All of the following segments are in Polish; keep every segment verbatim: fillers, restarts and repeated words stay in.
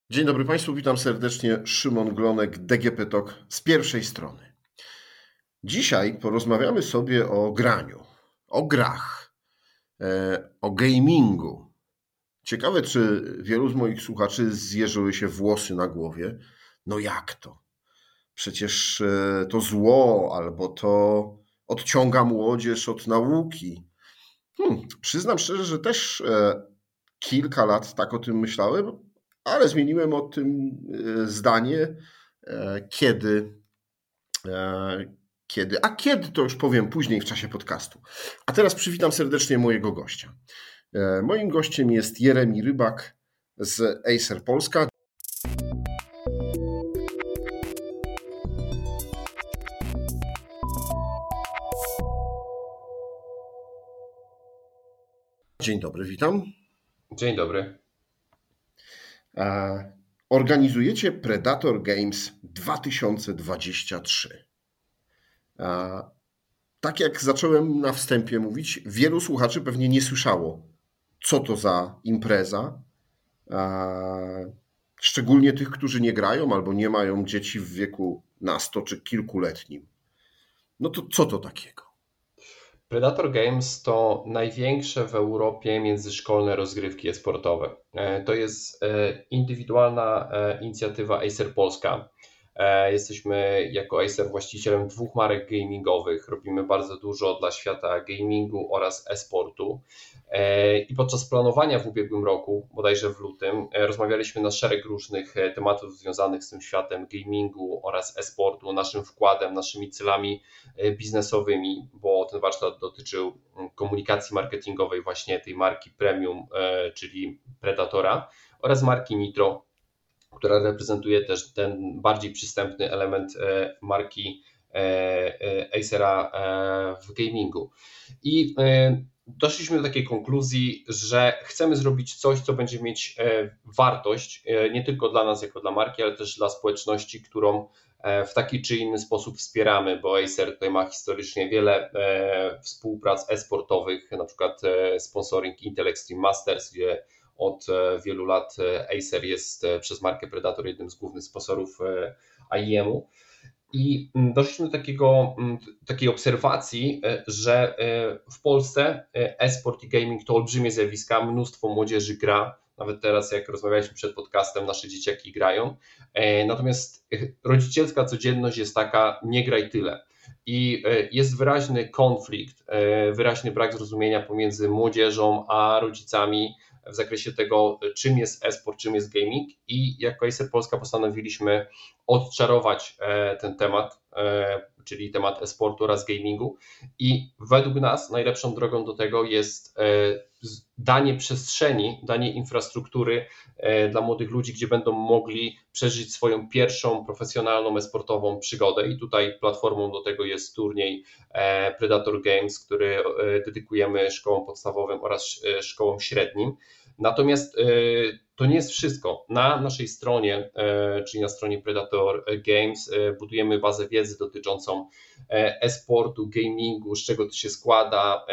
Dzień dobry Państwu, witam serdecznie. Szymon Glonek, D G P Talk z pierwszej strony. Dzisiaj porozmawiamy sobie o graniu, o grach, o gamingu. Ciekawe, czy wielu z moich słuchaczy zjeżyły się włosy na głowie. No jak to? Przecież to zło albo to odciąga młodzież od nauki. Hmm, przyznam szczerze, że też kilka lat tak o tym myślałem, ale zmieniłem o tym zdanie, kiedy, kiedy, a kiedy to już powiem później w czasie podcastu. A teraz przywitam serdecznie mojego gościa. Moim gościem jest Jeremi Rybak z Acer Polska. Dzień dobry, witam. Dzień dobry. Organizujecie Predator Games dwa tysiące dwadzieścia trzy. Tak jak zacząłem na wstępie mówić, wielu słuchaczy pewnie nie słyszało, co to za impreza. Szczególnie tych, którzy nie grają albo nie mają dzieci w wieku nasto czy kilkuletnim. No to co to takiego? Predator Games to największe w Europie międzyszkolne rozgrywki e-sportowe. To jest indywidualna inicjatywa Acer Polska. Jesteśmy jako Acer właścicielem dwóch marek gamingowych. Robimy bardzo dużo dla świata gamingu oraz e-sportu. I podczas planowania w ubiegłym roku, bodajże w lutym, rozmawialiśmy na szereg różnych tematów związanych z tym światem gamingu oraz e-sportu, naszym wkładem, naszymi celami biznesowymi, bo ten warsztat dotyczył komunikacji marketingowej właśnie tej marki premium, czyli Predatora, oraz marki Nitro, która reprezentuje też ten bardziej przystępny element marki Acera w gamingu. I doszliśmy do takiej konkluzji, że chcemy zrobić coś, co będzie mieć wartość nie tylko dla nas jako dla marki, ale też dla społeczności, którą w taki czy inny sposób wspieramy, bo Acer tutaj ma historycznie wiele współprac e-sportowych, na przykład sponsoring Intel Extreme Masters, gdzie od wielu lat Acer jest przez markę Predator jednym z głównych sponsorów I E M-u. I doszliśmy do takiego, takiej obserwacji, że w Polsce e-sport i gaming to olbrzymie zjawiska, mnóstwo młodzieży gra, nawet teraz jak rozmawialiśmy przed podcastem, nasze dzieciaki grają, natomiast rodzicielska codzienność jest taka, nie graj tyle. I jest wyraźny konflikt, wyraźny brak zrozumienia pomiędzy młodzieżą a rodzicami w zakresie tego, czym jest e-sport, czym jest gaming, i jako Acer Polska postanowiliśmy odczarować ten temat, czyli temat e-sportu oraz gamingu, i według nas najlepszą drogą do tego jest danie przestrzeni, danie infrastruktury dla młodych ludzi, gdzie będą mogli przeżyć swoją pierwszą profesjonalną e-sportową przygodę, i tutaj platformą do tego jest turniej Predator Games, który dedykujemy szkołom podstawowym oraz szkołom średnim. Natomiast to nie jest wszystko. Na naszej stronie, czyli na stronie Predator Games, budujemy bazę wiedzy dotyczącą e-sportu, gamingu, z czego to się składa,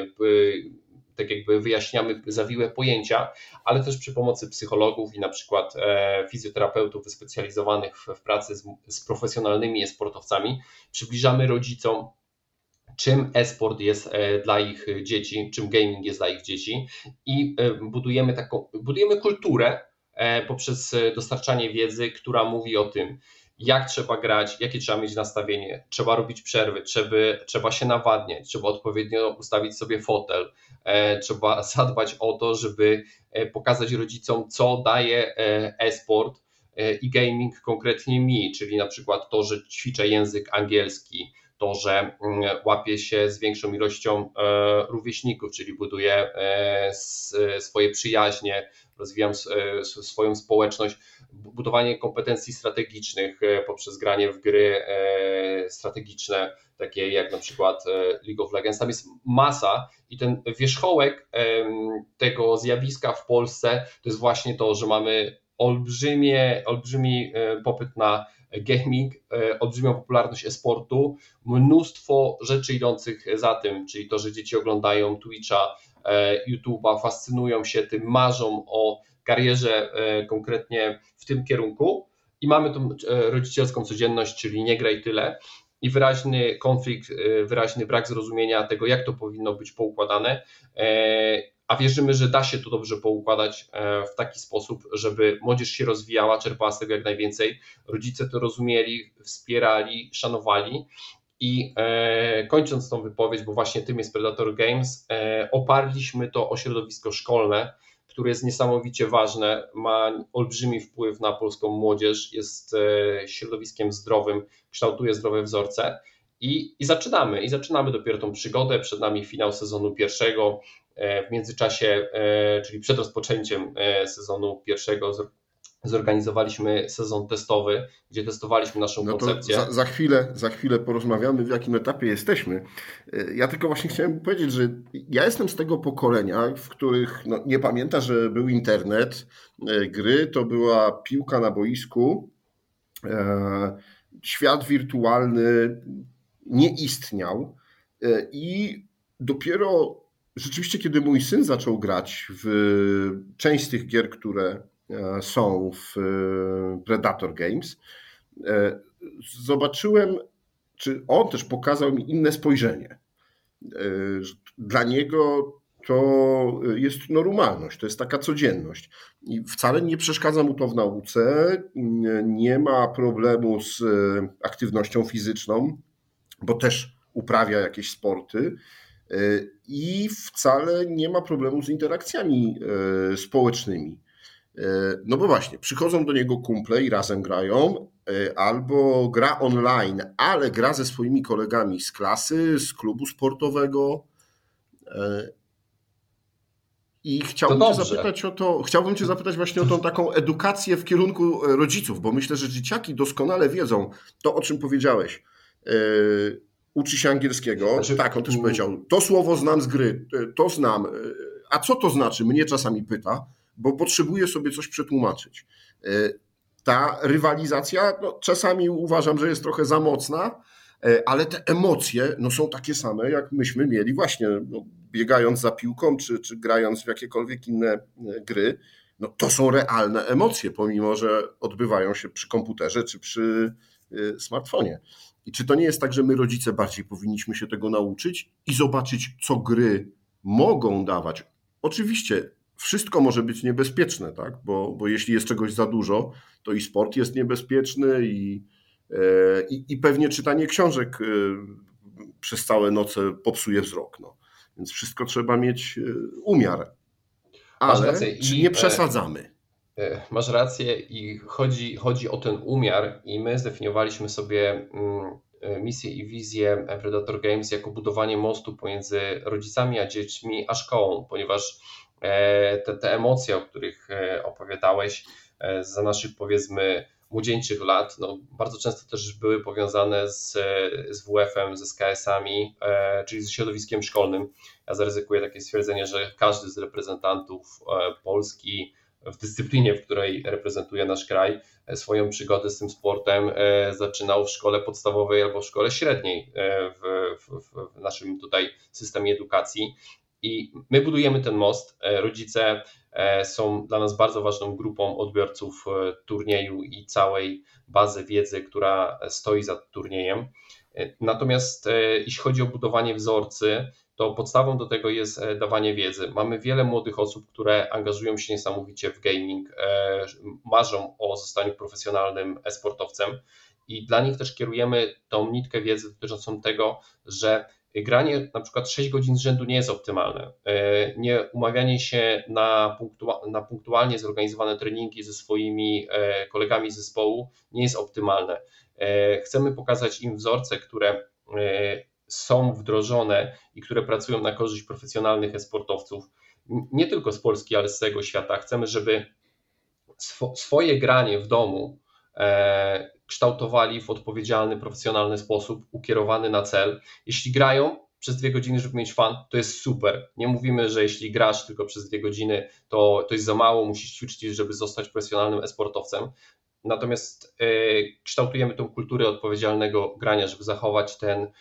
tak jakby wyjaśniamy zawiłe pojęcia, ale też przy pomocy psychologów i na przykład fizjoterapeutów wyspecjalizowanych w pracy z, z profesjonalnymi e-sportowcami przybliżamy rodzicom, czym e-sport jest dla ich dzieci, czym gaming jest dla ich dzieci, i budujemy taką, budujemy kulturę poprzez dostarczanie wiedzy, która mówi o tym, jak trzeba grać, jakie trzeba mieć nastawienie, trzeba robić przerwy, trzeba, trzeba się nawadniać, trzeba odpowiednio ustawić sobie fotel, trzeba zadbać o to, żeby pokazać rodzicom, co daje e-sport i gaming konkretnie mi, czyli na przykład to, że ćwiczę język angielski, to, że łapię się z większą ilością rówieśników, czyli buduję swoje przyjaźnie, rozwijam swoją społeczność, budowanie kompetencji strategicznych poprzez granie w gry strategiczne, takie jak na przykład League of Legends. Tam jest masa, i ten wierzchołek tego zjawiska w Polsce to jest właśnie to, że mamy olbrzymie, olbrzymi popyt na gaming, olbrzymią popularność e-sportu, mnóstwo rzeczy idących za tym, czyli to, że dzieci oglądają Twitcha, YouTube'a, fascynują się tym, marzą o karierze konkretnie w tym kierunku i mamy tą rodzicielską codzienność, czyli nie graj tyle i wyraźny konflikt, wyraźny brak zrozumienia tego, jak to powinno być poukładane, a wierzymy, że da się to dobrze poukładać w taki sposób, żeby młodzież się rozwijała, czerpała z tego jak najwięcej, rodzice to rozumieli, wspierali, szanowali. I e, kończąc tą wypowiedź, bo właśnie tym jest Predator Games, e, oparliśmy to o środowisko szkolne, które jest niesamowicie ważne, ma olbrzymi wpływ na polską młodzież, jest e, środowiskiem zdrowym, kształtuje zdrowe wzorce i, i zaczynamy. I zaczynamy dopiero tą przygodę, przed nami finał sezonu pierwszego, e, w międzyczasie, e, czyli przed rozpoczęciem e, sezonu pierwszego zorganizowaliśmy sezon testowy, gdzie testowaliśmy naszą no to koncepcję. Za, za, chwilę, za chwilę porozmawiamy, w jakim etapie jesteśmy. Ja tylko właśnie chciałem powiedzieć, że ja jestem z tego pokolenia, w których no, nie pamięta, że był internet, gry to była piłka na boisku, świat wirtualny nie istniał i dopiero rzeczywiście, kiedy mój syn zaczął grać w część z tych gier, które są w Predator Games, zobaczyłem, czy on też pokazał mi inne spojrzenie. Dla niego to jest normalność, to jest taka codzienność. I wcale nie przeszkadza mu to w nauce, nie ma problemu z aktywnością fizyczną, bo też uprawia jakieś sporty i wcale nie ma problemu z interakcjami społecznymi. No bo właśnie, przychodzą do niego kumple i razem grają, albo gra online, ale gra ze swoimi kolegami z klasy, z klubu sportowego. I chciałbym cię zapytać o to, chciałbym cię zapytać właśnie o tą taką edukację w kierunku rodziców, bo myślę, że dzieciaki doskonale wiedzą to, o czym powiedziałeś. Uczy się angielskiego, znaczy, tak, on też powiedział, to słowo znam z gry, to znam, a co to znaczy? Mnie czasami pyta, bo potrzebuję sobie coś przetłumaczyć. Ta rywalizacja, no, czasami uważam, że jest trochę za mocna, ale te emocje no, są takie same, jak myśmy mieli właśnie no, biegając za piłką, czy, czy grając w jakiekolwiek inne gry. No, to są realne emocje, pomimo że odbywają się przy komputerze, czy przy smartfonie. I czy to nie jest tak, że my rodzice bardziej powinniśmy się tego nauczyć i zobaczyć, co gry mogą dawać? Oczywiście wszystko może być niebezpieczne, tak? bo, bo jeśli jest czegoś za dużo, to i sport jest niebezpieczny i, i, i pewnie czytanie książek przez całe noce popsuje wzrok. No. Więc wszystko trzeba mieć umiar. Ale czy nie przesadzamy? Masz rację i chodzi, chodzi o ten umiar i my zdefiniowaliśmy sobie misję i wizję Predator Games jako budowanie mostu pomiędzy rodzicami a dziećmi a szkołą, ponieważ te, te emocje, o których opowiadałeś za naszych powiedzmy młodzieńczych lat, no, bardzo często też były powiązane z, z W F-em, ze S K S-ami, czyli z środowiskiem szkolnym. Ja zaryzykuję takie stwierdzenie, że każdy z reprezentantów Polski w dyscyplinie, w której reprezentuje nasz kraj, swoją przygodę z tym sportem zaczynał w szkole podstawowej albo w szkole średniej w, w, w naszym tutaj systemie edukacji. I my budujemy ten most. Rodzice są dla nas bardzo ważną grupą odbiorców turnieju i całej bazy wiedzy, która stoi za turniejem. Natomiast jeśli chodzi o budowanie wzorcy, to podstawą do tego jest dawanie wiedzy. Mamy wiele młodych osób, które angażują się niesamowicie w gaming, marzą o zostaniu profesjonalnym e-sportowcem i dla nich też kierujemy tą nitkę wiedzy dotyczącą tego, że granie na przykład sześć godzin z rzędu nie jest optymalne. Nie umawianie się na, punktua- na punktualnie zorganizowane treningi ze swoimi kolegami z zespołu nie jest optymalne. Chcemy pokazać im wzorce, które są wdrożone i które pracują na korzyść profesjonalnych e-sportowców, nie tylko z Polski, ale z całego świata. Chcemy, żeby swo- swoje granie w domu e, kształtowali w odpowiedzialny, profesjonalny sposób, ukierowany na cel. Jeśli grają przez dwie godziny, żeby mieć fan, to jest super. Nie mówimy, że jeśli grasz tylko przez dwie godziny, to, to jest za mało, musisz ćwiczyć, żeby zostać profesjonalnym e-sportowcem. Natomiast kształtujemy tą kulturę odpowiedzialnego grania, żeby zachować ten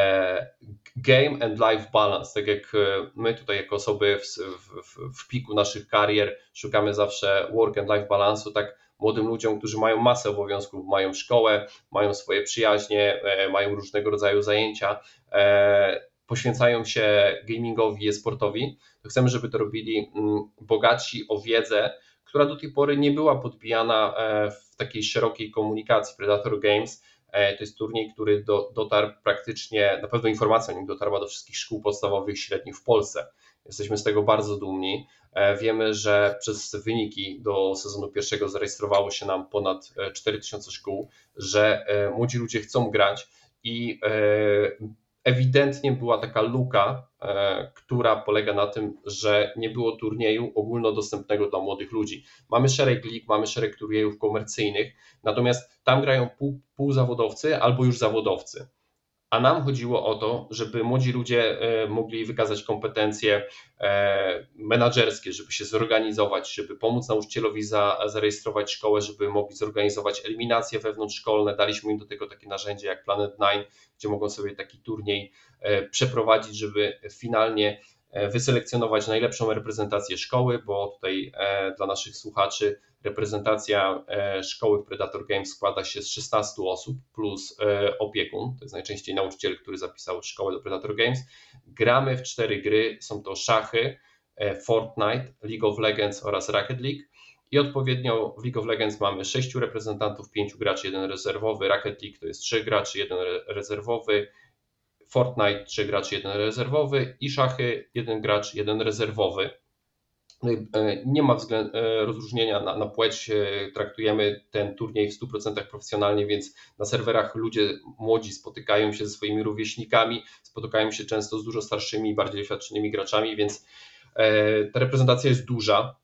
game and life balance. Tak jak my tutaj jako osoby w, w, w piku naszych karier szukamy zawsze work and life balance'u, tak młodym ludziom, którzy mają masę obowiązków, mają szkołę, mają swoje przyjaźnie, mają różnego rodzaju zajęcia, poświęcają się gamingowi i e-sportowi, to chcemy, żeby to robili bogaci o wiedzę, która do tej pory nie była podbijana w takiej szerokiej komunikacji. Predator Games to jest turniej, który do, dotarł praktycznie, na pewno informacja o nim dotarła do wszystkich szkół podstawowych i średnich w Polsce. Jesteśmy z tego bardzo dumni. Wiemy, że przez wyniki do sezonu pierwszego zarejestrowało się nam ponad cztery tysiące szkół, że młodzi ludzie chcą grać i ewidentnie była taka luka, która polega na tym, że nie było turnieju ogólnodostępnego dla młodych ludzi. Mamy szereg lig, mamy szereg turniejów komercyjnych, natomiast tam grają pół, półzawodowcy albo już zawodowcy. A nam chodziło o to, żeby młodzi ludzie mogli wykazać kompetencje menadżerskie, żeby się zorganizować, żeby pomóc nauczycielowi za, zarejestrować szkołę, żeby mogli zorganizować eliminacje wewnątrzszkolne. Daliśmy im do tego takie narzędzie jak Planet dziewięć, gdzie mogą sobie taki turniej przeprowadzić, żeby finalnie wyselekcjonować najlepszą reprezentację szkoły, bo tutaj dla naszych słuchaczy reprezentacja szkoły w Predator Games składa się z szesnastu osób plus opiekun, to jest najczęściej nauczyciel, który zapisał szkołę do Predator Games. Gramy w cztery gry, są to szachy, Fortnite, League of Legends oraz Rocket League i odpowiednio w League of Legends mamy sześciu reprezentantów, pięciu graczy, jeden rezerwowy, Rocket League to jest trzech graczy, jeden rezerwowy, Fortnite trzy graczy, jeden rezerwowy i szachy jeden gracz, jeden rezerwowy. Nie ma względ, rozróżnienia na, na płeć, traktujemy ten turniej w stu procentach profesjonalnie, więc na serwerach ludzie młodzi spotykają się ze swoimi rówieśnikami, spotykają się często z dużo starszymi, bardziej doświadczonymi graczami, więc ta reprezentacja jest duża,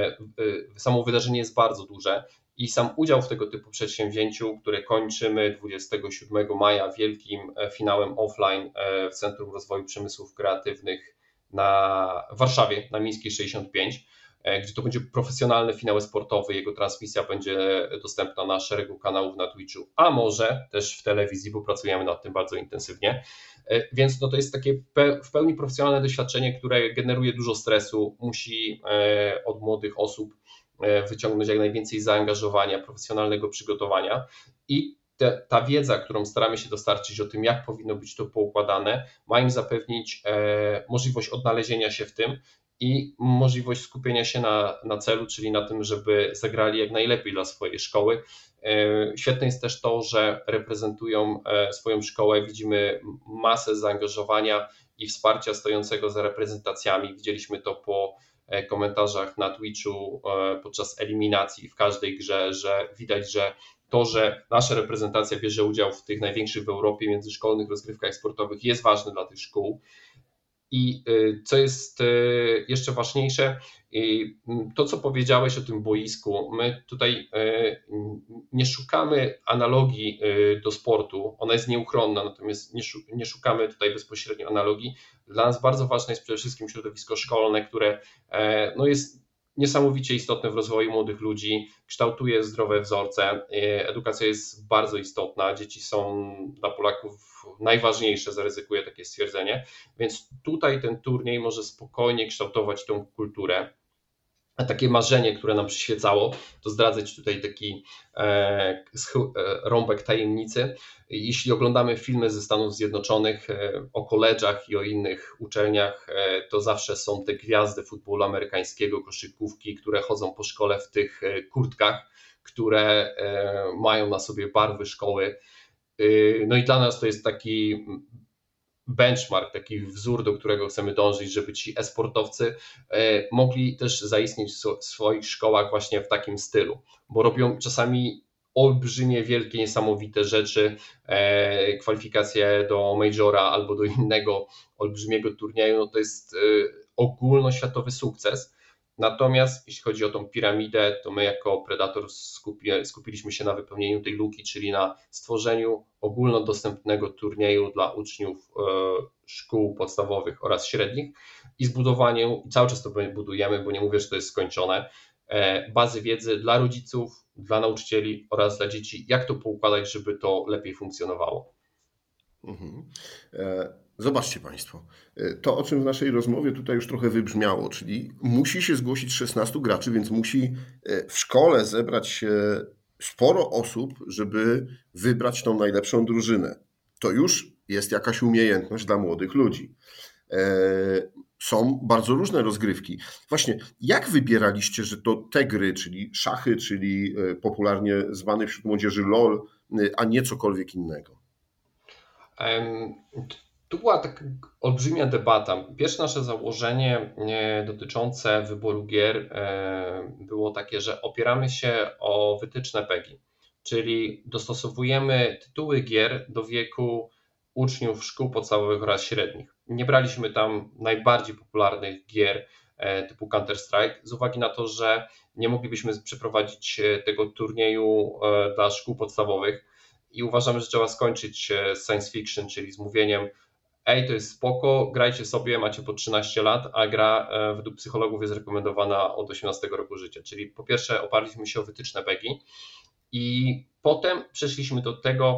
samo wydarzenie jest bardzo duże i sam udział w tego typu przedsięwzięciu, które kończymy dwudziestego siódmego maja wielkim finałem offline w Centrum Rozwoju Przemysłów Kreatywnych na w Warszawie, na Mińskiej sześćdziesiąt pięć, gdzie to będzie profesjonalny finał sportowy. Jego transmisja będzie dostępna na szeregu kanałów na Twitchu, a może też w telewizji, bo pracujemy nad tym bardzo intensywnie. Więc no to jest takie w pełni profesjonalne doświadczenie, które generuje dużo stresu, musi od młodych osób wyciągnąć jak najwięcej zaangażowania, profesjonalnego przygotowania i te, ta wiedza, którą staramy się dostarczyć o tym, jak powinno być to poukładane, ma im zapewnić e, możliwość odnalezienia się w tym i możliwość skupienia się na, na celu, czyli na tym, żeby zagrali jak najlepiej dla swojej szkoły. E, świetne jest też to, że reprezentują e, swoją szkołę, widzimy masę zaangażowania i wsparcia stojącego za reprezentacjami. Widzieliśmy to po komentarzach na Twitchu podczas eliminacji w każdej grze, że widać, że to, że nasza reprezentacja bierze udział w tych największych w Europie międzyszkolnych rozgrywkach sportowych jest ważne dla tych szkół. I co jest jeszcze ważniejsze, to co powiedziałeś o tym boisku, my tutaj nie szukamy analogii do sportu, ona jest nieuchronna, natomiast nie szukamy tutaj bezpośrednio analogii. Dla nas bardzo ważne jest przede wszystkim środowisko szkolne, które no jest niesamowicie istotne w rozwoju młodych ludzi, kształtuje zdrowe wzorce, edukacja jest bardzo istotna, dzieci są dla Polaków najważniejsze, zaryzykuję takie stwierdzenie, więc tutaj ten turniej może spokojnie kształtować tą kulturę. A takie marzenie, które nam przyświecało, to zdradzę Ci tutaj taki e, rąbek tajemnicy. Jeśli oglądamy filmy ze Stanów Zjednoczonych e, o koledżach i o innych uczelniach, e, to zawsze są te gwiazdy futbolu amerykańskiego, koszykówki, które chodzą po szkole w tych e, kurtkach, które e, mają na sobie barwy szkoły. E, no i dla nas to jest taki benchmark, taki wzór, do którego chcemy dążyć, żeby ci e-sportowcy mogli też zaistnieć w swoich szkołach właśnie w takim stylu, bo robią czasami olbrzymie, wielkie, niesamowite rzeczy, kwalifikacje do Majora albo do innego olbrzymiego turnieju, no to jest ogólnoświatowy sukces. Natomiast jeśli chodzi o tą piramidę, to my jako Predator skupi, skupiliśmy się na wypełnieniu tej luki, czyli na stworzeniu ogólnodostępnego turnieju dla uczniów e, szkół podstawowych oraz średnich i zbudowaniu, i cały czas to budujemy, bo nie mówię, że to jest skończone, bazy wiedzy dla rodziców, dla nauczycieli oraz dla dzieci, jak to poukładać, żeby to lepiej funkcjonowało. Mhm. Zobaczcie Państwo, to o czym w naszej rozmowie tutaj już trochę wybrzmiało, czyli musi się zgłosić szesnastu graczy, więc musi w szkole zebrać się sporo osób, żeby wybrać tą najlepszą drużynę. To już jest jakaś umiejętność dla młodych ludzi. Są bardzo różne rozgrywki. Właśnie, jak wybieraliście, że to te gry, czyli szachy, czyli popularnie zwany wśród młodzieży LOL, a nie cokolwiek innego? Tu była taka olbrzymia debata. Pierwsze nasze założenie dotyczące wyboru gier było takie, że opieramy się o wytyczne PEGI, czyli dostosowujemy tytuły gier do wieku uczniów szkół podstawowych oraz średnich. Nie braliśmy tam najbardziej popularnych gier typu Counter-Strike z uwagi na to, że nie moglibyśmy przeprowadzić tego turnieju dla szkół podstawowych i uważamy, że trzeba skończyć science fiction, czyli z mówieniem: ej, to jest spoko, grajcie sobie, macie po trzynaście lat, a gra według psychologów jest rekomendowana od osiemnastego roku życia. Czyli po pierwsze oparliśmy się o wytyczne PEGI i potem przeszliśmy do tego,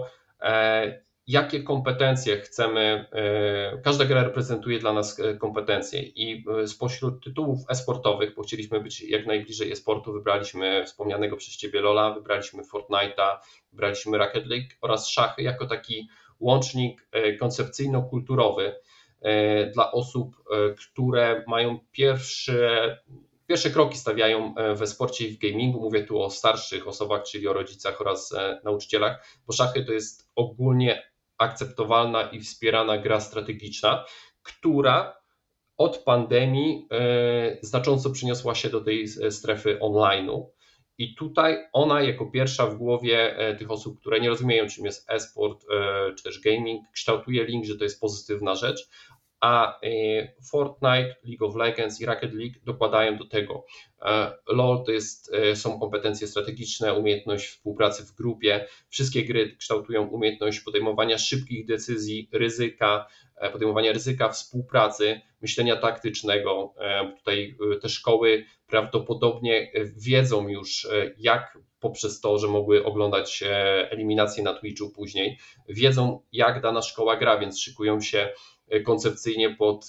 jakie kompetencje chcemy, każda gra reprezentuje dla nas kompetencje i spośród tytułów e-sportowych, bo chcieliśmy być jak najbliżej e-sportu, wybraliśmy wspomnianego przez Ciebie LoL'a, wybraliśmy Fortnite'a, wybraliśmy Rocket League oraz szachy jako taki łącznik koncepcyjno-kulturowy dla osób, które mają pierwsze, pierwsze kroki stawiają w e-sporcie i w gamingu. Mówię tu o starszych osobach, czyli o rodzicach oraz nauczycielach, bo szachy to jest ogólnie akceptowalna i wspierana gra strategiczna, która od pandemii znacząco przyniosła się do tej strefy online'u. I tutaj ona jako pierwsza w głowie tych osób, które nie rozumieją, czym jest e-sport czy też gaming, kształtuje link, że to jest pozytywna rzecz, a Fortnite, League of Legends i Rocket League dokładają do tego. LoL to jest, są kompetencje strategiczne, umiejętność współpracy w grupie. Wszystkie gry kształtują umiejętność podejmowania szybkich decyzji, ryzyka, podejmowania ryzyka, współpracy, myślenia taktycznego. Tutaj te szkoły prawdopodobnie wiedzą już, jak poprzez to, że mogły oglądać eliminacje na Twitchu później, wiedzą, jak dana szkoła gra, więc szykują się koncepcyjnie pod,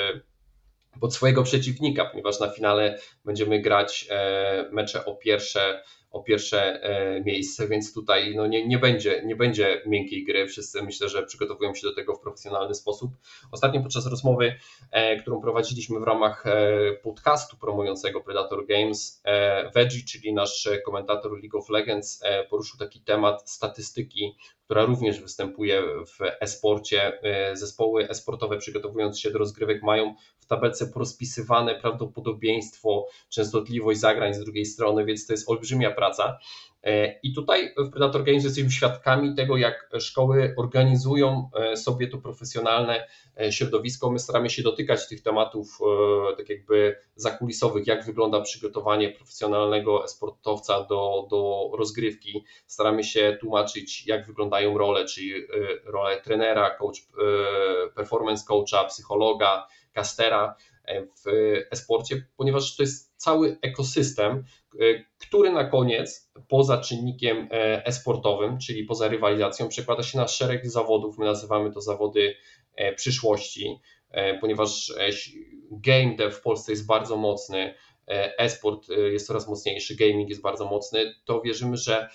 pod swojego przeciwnika, ponieważ na finale będziemy grać mecze o pierwsze, o pierwsze miejsce, więc tutaj no nie, nie, będzie, nie będzie miękkiej gry. Wszyscy myślę, że przygotowują się do tego w profesjonalny sposób. Ostatnio podczas rozmowy, którą prowadziliśmy w ramach podcastu promującego Predator Games, Veggie, czyli nasz komentator League of Legends, poruszył taki temat statystyki, która również występuje w e-sporcie. Zespoły e-sportowe, przygotowując się do rozgrywek, mają w tabelce porozpisywane prawdopodobieństwo, częstotliwość zagrań z drugiej strony, więc to jest olbrzymia praca. I tutaj w Predator Games jesteśmy świadkami tego, jak szkoły organizują sobie to profesjonalne środowisko. My staramy się dotykać tych tematów tak jakby zakulisowych, jak wygląda przygotowanie profesjonalnego e-sportowca do, do rozgrywki. Staramy się tłumaczyć, jak wyglądają role, czyli role trenera, coach, performance coacha, psychologa, castera w e-sporcie, ponieważ to jest cały ekosystem, który na koniec poza czynnikiem e-sportowym, czyli poza rywalizacją, przekłada się na szereg zawodów. My nazywamy to zawody przyszłości, ponieważ game dev w Polsce jest bardzo mocny, e-sport jest coraz mocniejszy, gaming jest bardzo mocny, to wierzymy, że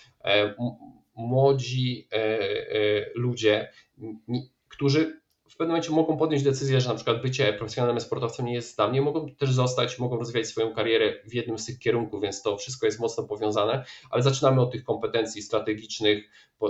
młodzi ludzie, którzy w pewnym momencie mogą podjąć decyzję, że na przykład bycie profesjonalnym sportowcem nie jest dla mnie, mogą też zostać, mogą rozwijać swoją karierę w jednym z tych kierunków, więc to wszystko jest mocno powiązane, ale zaczynamy od tych kompetencji strategicznych,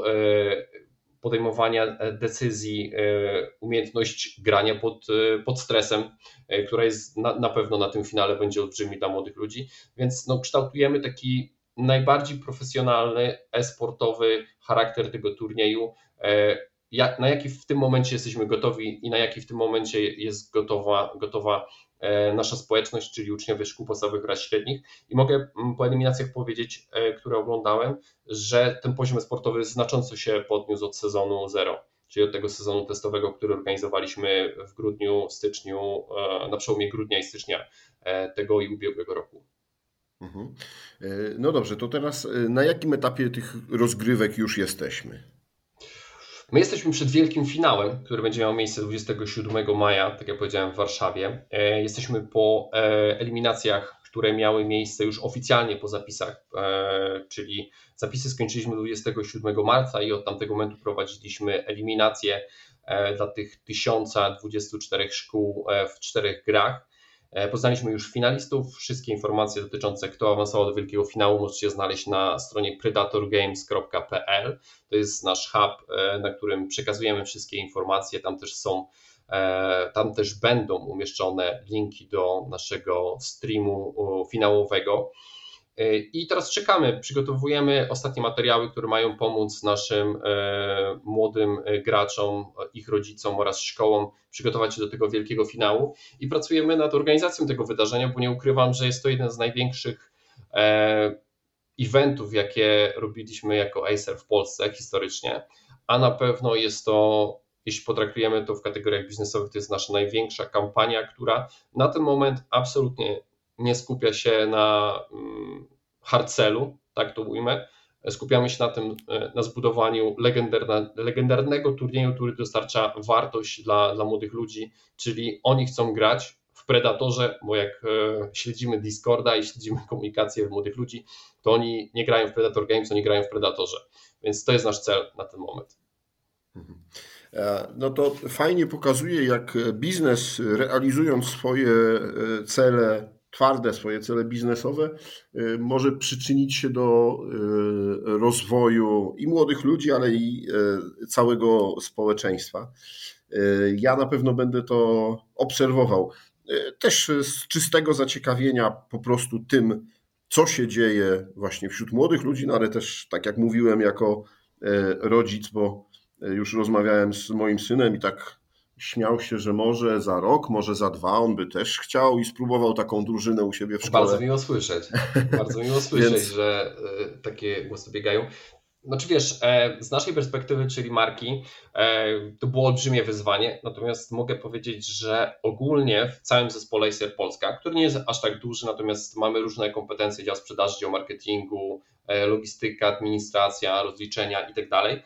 podejmowania decyzji, umiejętność grania pod, pod stresem, która jest na, na pewno na tym finale będzie olbrzymi dla młodych ludzi, więc no, kształtujemy taki najbardziej profesjonalny, e-sportowy charakter tego turnieju, Jak, na jaki w tym momencie jesteśmy gotowi i na jaki w tym momencie jest gotowa, gotowa nasza społeczność, czyli uczniowie szkół podstawowych oraz średnich. I mogę po eliminacjach powiedzieć, które oglądałem, że ten poziom sportowy znacząco się podniósł od sezonu zero, czyli od tego sezonu testowego, który organizowaliśmy w grudniu, styczniu, na przełomie grudnia i stycznia tego i ubiegłego roku. Mhm. No dobrze, to teraz na jakim etapie tych rozgrywek już jesteśmy? My jesteśmy przed wielkim finałem, który będzie miał miejsce dwudziestego siódmego maja, tak jak powiedziałem, w Warszawie. Jesteśmy po eliminacjach, które miały miejsce już oficjalnie po zapisach, czyli zapisy skończyliśmy dwudziestego siódmego marca i od tamtego momentu prowadziliśmy eliminacje dla tych tysiąca dwudziestu czterech szkół w czterech grach. Poznaliśmy już finalistów. Wszystkie informacje dotyczące, kto awansował do wielkiego finału, możecie znaleźć na stronie predator games kropka p l. To jest nasz hub, na którym przekazujemy wszystkie informacje. Tam też są, tam też będą umieszczone linki do naszego streamu finałowego. I teraz czekamy, przygotowujemy ostatnie materiały, które mają pomóc naszym młodym graczom, ich rodzicom oraz szkołom przygotować się do tego wielkiego finału i pracujemy nad organizacją tego wydarzenia, bo nie ukrywam, że jest to jeden z największych eventów, jakie robiliśmy jako Acer w Polsce historycznie, a na pewno jest to, jeśli potraktujemy to w kategoriach biznesowych, to jest nasza największa kampania, która na ten moment absolutnie nie skupia się na hard sellu, tak to ujmę. Skupiamy się na tym, na zbudowaniu legendarnego turnieju, który dostarcza wartość dla, dla młodych ludzi, czyli oni chcą grać w Predatorze, bo jak śledzimy Discorda i śledzimy komunikację młodych ludzi, to oni nie grają w Predator Games, oni grają w Predatorze. Więc to jest nasz cel na ten moment. No to fajnie pokazuje, jak biznes, realizując swoje cele twarde, swoje cele biznesowe, może przyczynić się do rozwoju i młodych ludzi, ale i całego społeczeństwa. Ja na pewno będę to obserwował. Też z czystego zaciekawienia po prostu tym, co się dzieje właśnie wśród młodych ludzi, no ale też, tak jak mówiłem, jako rodzic, bo już rozmawiałem z moim synem i tak śmiał się, że może za rok, może za dwa on by też chciał i spróbował taką drużynę u siebie w szkole. Bardzo miło słyszeć, bardzo miło słyszeć, Więc... że takie głosy biegają. Znaczy wiesz, z naszej perspektywy, czyli marki, to było olbrzymie wyzwanie, natomiast mogę powiedzieć, że ogólnie w całym zespole Acer Polska, który nie jest aż tak duży, natomiast mamy różne kompetencje, dział sprzedaży, dział marketingu, logistyka, administracja, rozliczenia i tak dalej,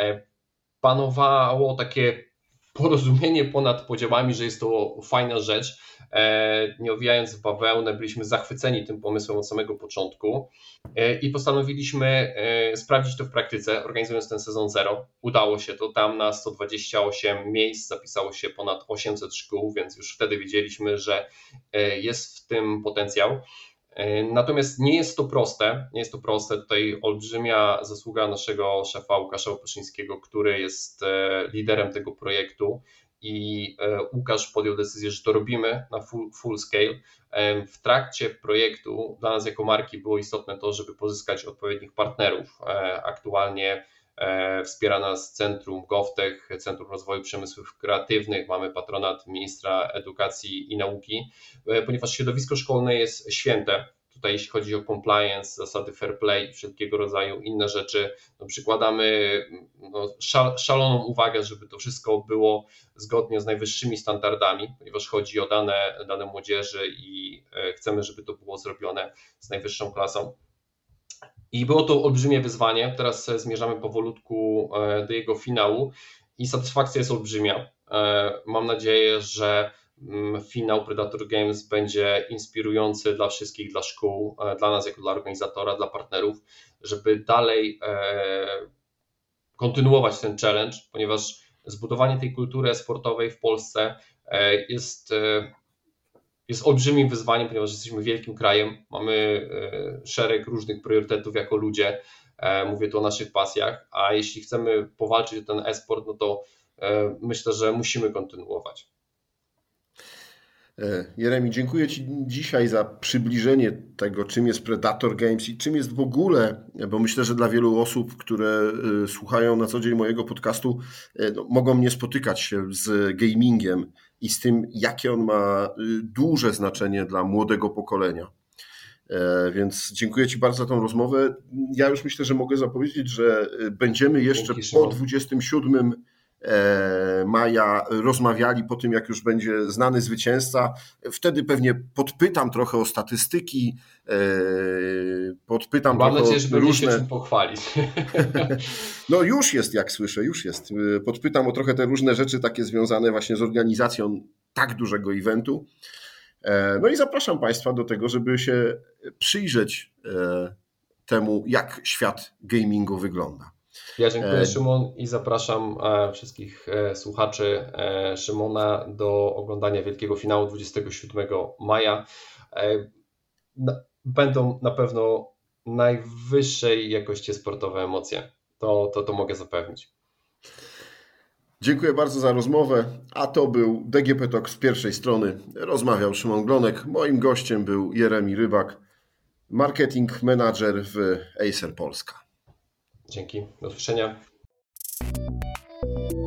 panowało takie porozumienie ponad podziałami, że jest to fajna rzecz. Nie owijając w bawełnę, byliśmy zachwyceni tym pomysłem od samego początku i postanowiliśmy sprawdzić to w praktyce, organizując ten sezon zero. Udało się to, tam na sto dwadzieścia osiem miejsc zapisało się ponad osiemset szkół, więc już wtedy wiedzieliśmy, że jest w tym potencjał. Natomiast nie jest to proste, nie jest to proste. Tutaj olbrzymia zasługa naszego szefa Łukasza Opyszyńskiego, który jest liderem tego projektu i Łukasz podjął decyzję, że to robimy na full, full scale. W trakcie projektu dla nas jako marki było istotne to, żeby pozyskać odpowiednich partnerów. Aktualnie wspiera nas Centrum GovTech, Centrum Rozwoju Przemysłów Kreatywnych, mamy patronat ministra edukacji i nauki, ponieważ środowisko szkolne jest święte. Tutaj jeśli chodzi o compliance, zasady fair play i wszelkiego rodzaju inne rzeczy, no przykładamy no, szal, szaloną uwagę, żeby to wszystko było zgodnie z najwyższymi standardami, ponieważ chodzi o dane, dane młodzieży i chcemy, żeby to było zrobione z najwyższą klasą. I było to olbrzymie wyzwanie, teraz zmierzamy powolutku do jego finału i satysfakcja jest olbrzymia. Mam nadzieję, że finał Predator Games będzie inspirujący dla wszystkich, dla szkół, dla nas jako dla organizatora, dla partnerów, żeby dalej kontynuować ten challenge, ponieważ zbudowanie tej kultury sportowej w Polsce jest jest olbrzymim wyzwaniem, ponieważ jesteśmy wielkim krajem, mamy szereg różnych priorytetów jako ludzie, mówię tu o naszych pasjach, a jeśli chcemy powalczyć o ten e-sport, no to myślę, że musimy kontynuować. Jeremi, dziękuję Ci dzisiaj za przybliżenie tego, czym jest Predator Games i czym jest w ogóle, bo myślę, że dla wielu osób, które słuchają na co dzień mojego podcastu, no, mogą nie spotykać się z gamingiem i z tym, jakie on ma duże znaczenie dla młodego pokolenia. Więc dziękuję Ci bardzo za tą rozmowę. Ja już myślę, że mogę zapowiedzieć, że będziemy jeszcze po dwudziestego siódmego maja rozmawiali po tym, jak już będzie znany zwycięzca. Wtedy pewnie podpytam trochę o statystyki, podpytam Mam trochę nadzieję, że o będzie różne... się czym pochwalić. No już jest, jak słyszę, już jest. Podpytam o trochę te różne rzeczy takie związane właśnie z organizacją tak dużego eventu. No i zapraszam Państwa do tego, żeby się przyjrzeć temu, jak świat gamingu wygląda. Ja dziękuję, Szymon, i zapraszam wszystkich słuchaczy Szymona do oglądania wielkiego finału dwudziestego siódmego maja. Będą na pewno najwyższej jakości sportowe emocje. To, to, to mogę zapewnić. Dziękuję bardzo za rozmowę, a to był D G P Talk z pierwszej strony. Rozmawiał Szymon Glonek. Moim gościem był Jeremi Rybak, marketing manager w Acer Polska. Dzięki, do usłyszenia.